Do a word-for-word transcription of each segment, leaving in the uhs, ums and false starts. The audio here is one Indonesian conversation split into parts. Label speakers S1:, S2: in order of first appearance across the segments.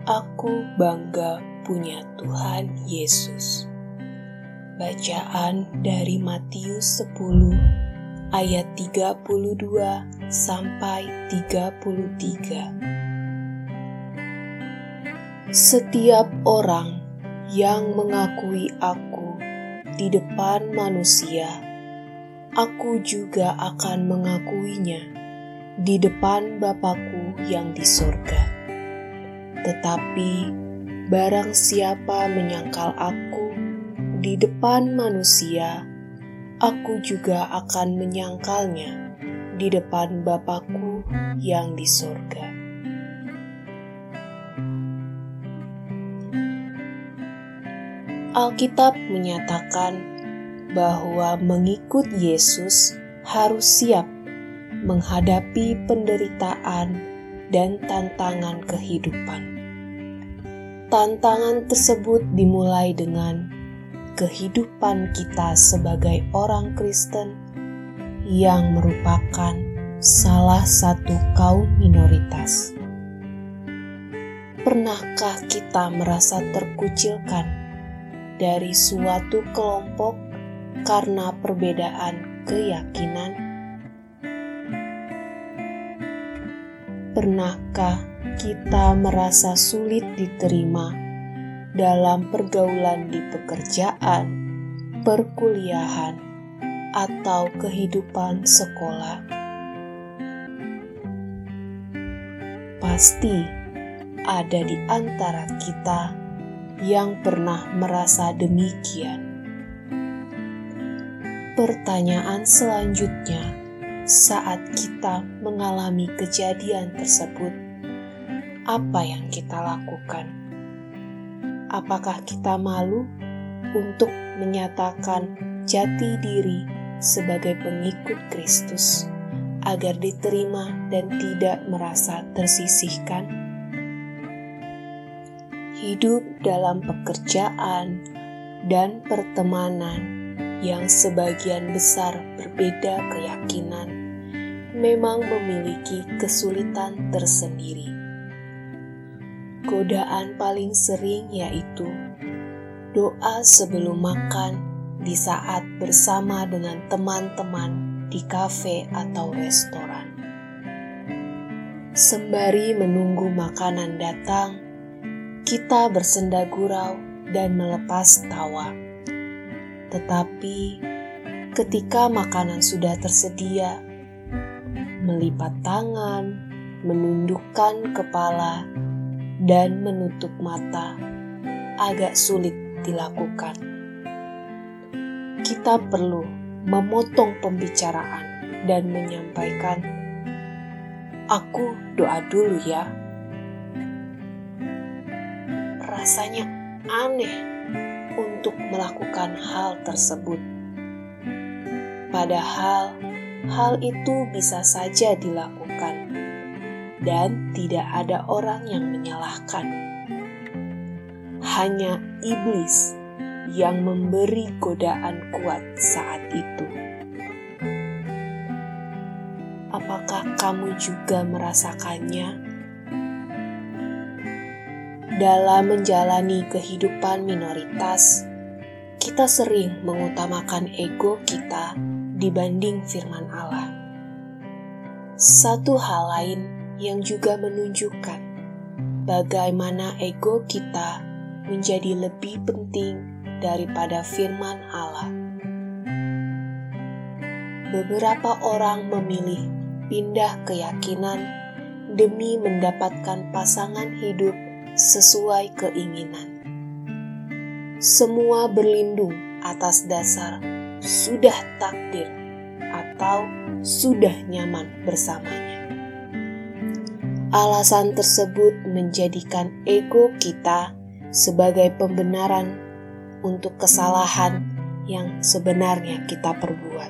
S1: Aku bangga punya Tuhan Yesus. Bacaan dari Matius sepuluh ayat tiga puluh dua sampai tiga puluh tiga. Setiap orang yang mengakui aku di depan manusia, aku juga akan mengakuinya di depan Bapa-Ku yang di sorga. Tetapi barang siapa menyangkal aku di depan manusia, aku juga akan menyangkalnya di depan Bapa-Ku yang di sorga. Alkitab menyatakan bahwa mengikut Yesus harus siap menghadapi penderitaan dan tantangan kehidupan. Tantangan tersebut dimulai dengan kehidupan kita sebagai orang Kristen yang merupakan salah satu kaum minoritas. Pernahkah kita merasa terkucilkan dari suatu kelompok karena perbedaan keyakinan? Pernahkah kita merasa sulit diterima dalam pergaulan di pekerjaan, perkuliahan, atau kehidupan sekolah? Pasti ada di antara kita yang pernah merasa demikian. Pertanyaan selanjutnya, saat kita mengalami kejadian tersebut, apa yang kita lakukan? Apakah kita malu untuk menyatakan jati diri sebagai pengikut Kristus agar diterima dan tidak merasa tersisihkan? Hidup dalam pekerjaan dan pertemanan yang sebagian besar berbeda keyakinan memang memiliki kesulitan tersendiri. Godaan paling sering yaitu doa sebelum makan di saat bersama dengan teman-teman di kafe atau restoran. Sembari menunggu makanan datang, kita bersenda gurau dan melepas tawa. Tetapi ketika makanan sudah tersedia, melipat tangan, menundukkan kepala, dan menutup mata agak sulit dilakukan. Kita perlu memotong pembicaraan dan menyampaikan, "Aku doa dulu ya." Rasanya aneh untuk melakukan hal tersebut. Padahal hal itu bisa saja dilakukan dan tidak ada orang yang menyalahkan. Hanya iblis yang memberi godaan kuat saat itu. Apakah kamu juga merasakannya? Dalam menjalani kehidupan minoritas, kita sering mengutamakan ego kita dibanding firman Allah. Satu hal lain yang juga menunjukkan bagaimana ego kita menjadi lebih penting daripada firman Allah. Beberapa orang memilih pindah keyakinan demi mendapatkan pasangan hidup sesuai keinginan. Semua berlindung atas dasar sudah takdir atau sudah nyaman bersamanya. Alasan tersebut menjadikan ego kita sebagai pembenaran untuk kesalahan yang sebenarnya kita perbuat.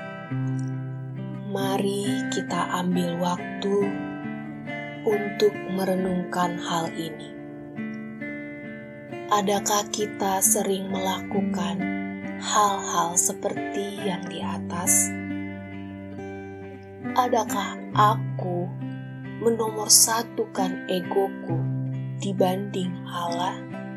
S1: Mari kita ambil waktu untuk merenungkan hal ini. Adakah kita sering melakukan hal-hal seperti yang di atas? Adakah aku menomorsatukan egoku dibanding Allah?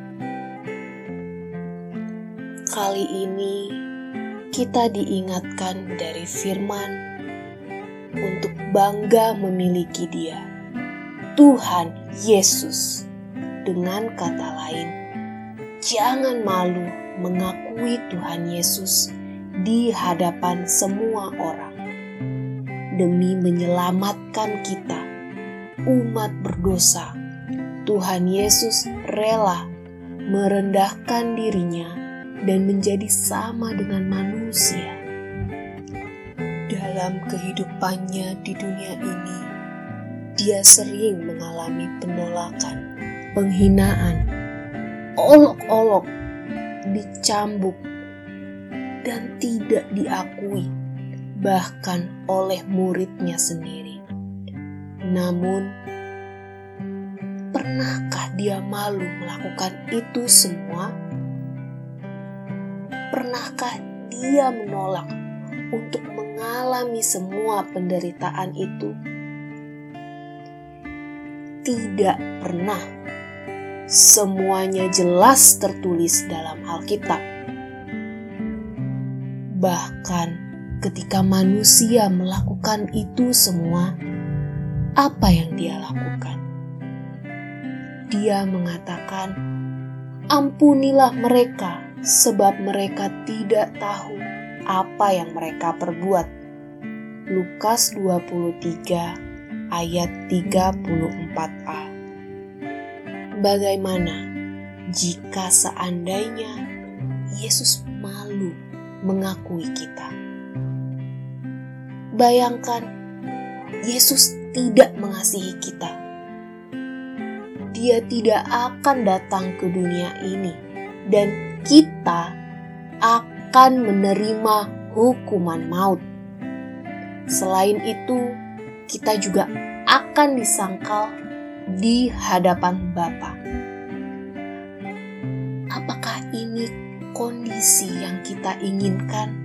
S1: Kali ini kita diingatkan dari firman untuk bangga memiliki Dia, Tuhan Yesus. Dengan kata lain, jangan malu mengakui Tuhan Yesus di hadapan semua orang. Demi menyelamatkan kita, umat berdosa, Tuhan Yesus rela merendahkan dirinya dan menjadi sama dengan manusia. Dalam kehidupannya di dunia ini, Dia sering mengalami penolakan, penghinaan, olok-olok, dicambuk, dan tidak diakui, bahkan oleh muridnya sendiri. Namun, pernahkah Dia malu melakukan itu semua? Pernahkah Dia menolak untuk mengalami semua penderitaan itu? Tidak pernah. Semuanya jelas tertulis dalam Alkitab. Bahkan ketika manusia melakukan itu semua, apa yang Dia lakukan? Dia mengatakan, "Ampunilah mereka, sebab mereka tidak tahu apa yang mereka perbuat." Lukas dua puluh tiga ayat tiga puluh empat a. Bagaimana jika seandainya Yesus malu mengakui kita? Bayangkan, Yesus tidak mengasihi kita. Dia tidak akan datang ke dunia ini dan kita akan menerima hukuman maut. Selain itu, kita juga akan disangkal di hadapan Bapa. Apakah ini kondisi yang kita inginkan?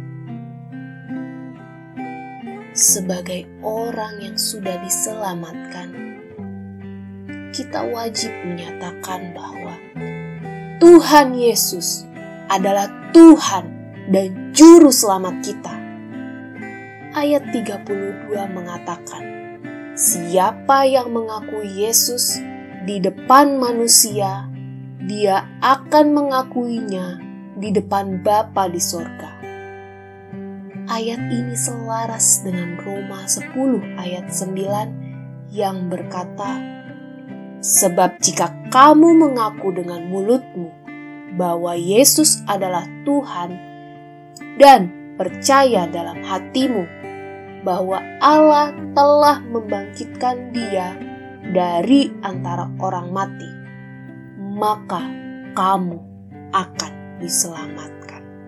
S1: Sebagai orang yang sudah diselamatkan, kita wajib menyatakan bahwa Tuhan Yesus adalah Tuhan dan Juru Selamat kita. Ayat tiga puluh dua mengatakan, siapa yang mengakui Yesus di depan manusia, Dia akan mengakuinya di depan Bapa di sorga. Ayat ini selaras dengan Roma sepuluh ayat sembilan yang berkata, sebab jika kamu mengaku dengan mulutmu bahwa Yesus adalah Tuhan dan percaya dalam hatimu bahwa Allah telah membangkitkan Dia dari antara orang mati, maka kamu akan diselamatkan.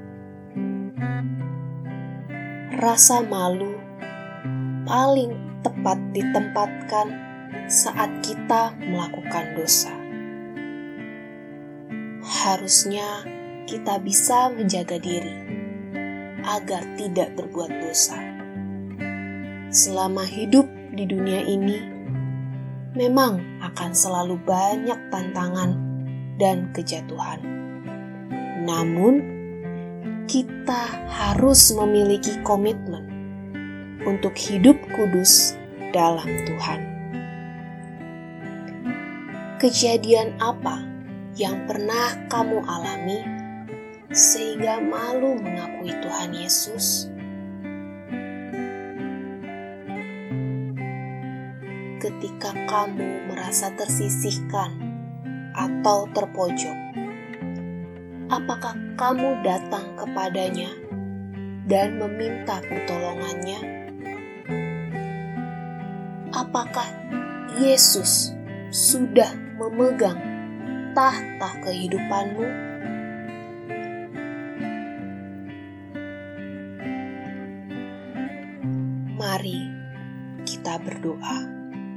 S1: Rasa malu paling tepat ditempatkan saat kita melakukan dosa. Harusnya kita bisa menjaga diri agar tidak berbuat dosa. Selama hidup di dunia ini, memang akan selalu banyak tantangan dan kejatuhan. Namun, kita harus memiliki komitmen untuk hidup kudus dalam Tuhan. Kejadian apa yang pernah kamu alami sehingga malu mengakui Tuhan Yesus? Ketika kamu merasa tersisihkan atau terpojok, apakah kamu datang kepadanya dan meminta pertolongannya? Apakah Yesus sudah memegang tahta kehidupanmu? Mari kita berdoa.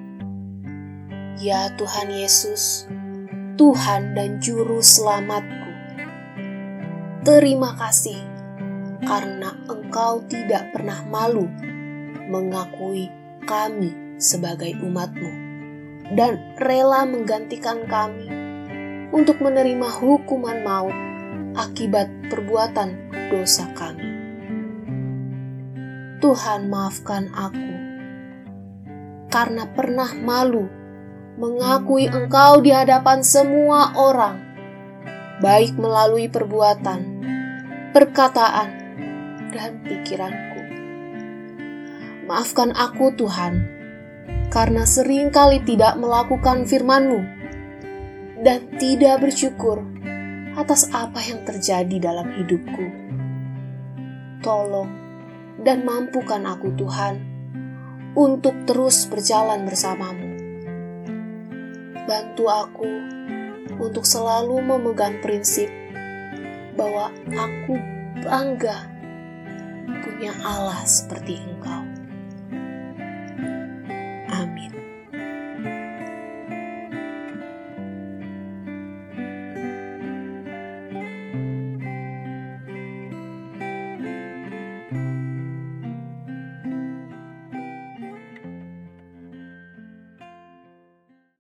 S1: Ya Tuhan Yesus, Tuhan dan Juru Selamatku, terima kasih karena Engkau tidak pernah malu mengakui kami sebagai umat-Mu dan rela menggantikan kami untuk menerima hukuman maut akibat perbuatan dosa kami. Tuhan, maafkan aku, karena pernah malu mengakui Engkau di hadapan semua orang, baik melalui perbuatan, perkataan, dan pikiranku. Maafkan aku, Tuhan, karena seringkali tidak melakukan firman-Mu dan tidak bersyukur atas apa yang terjadi dalam hidupku. Tolong dan mampukan aku, Tuhan, untuk terus berjalan bersama-Mu. Bantu aku untuk selalu memegang prinsip bahwa aku bangga punya Allah seperti Engkau.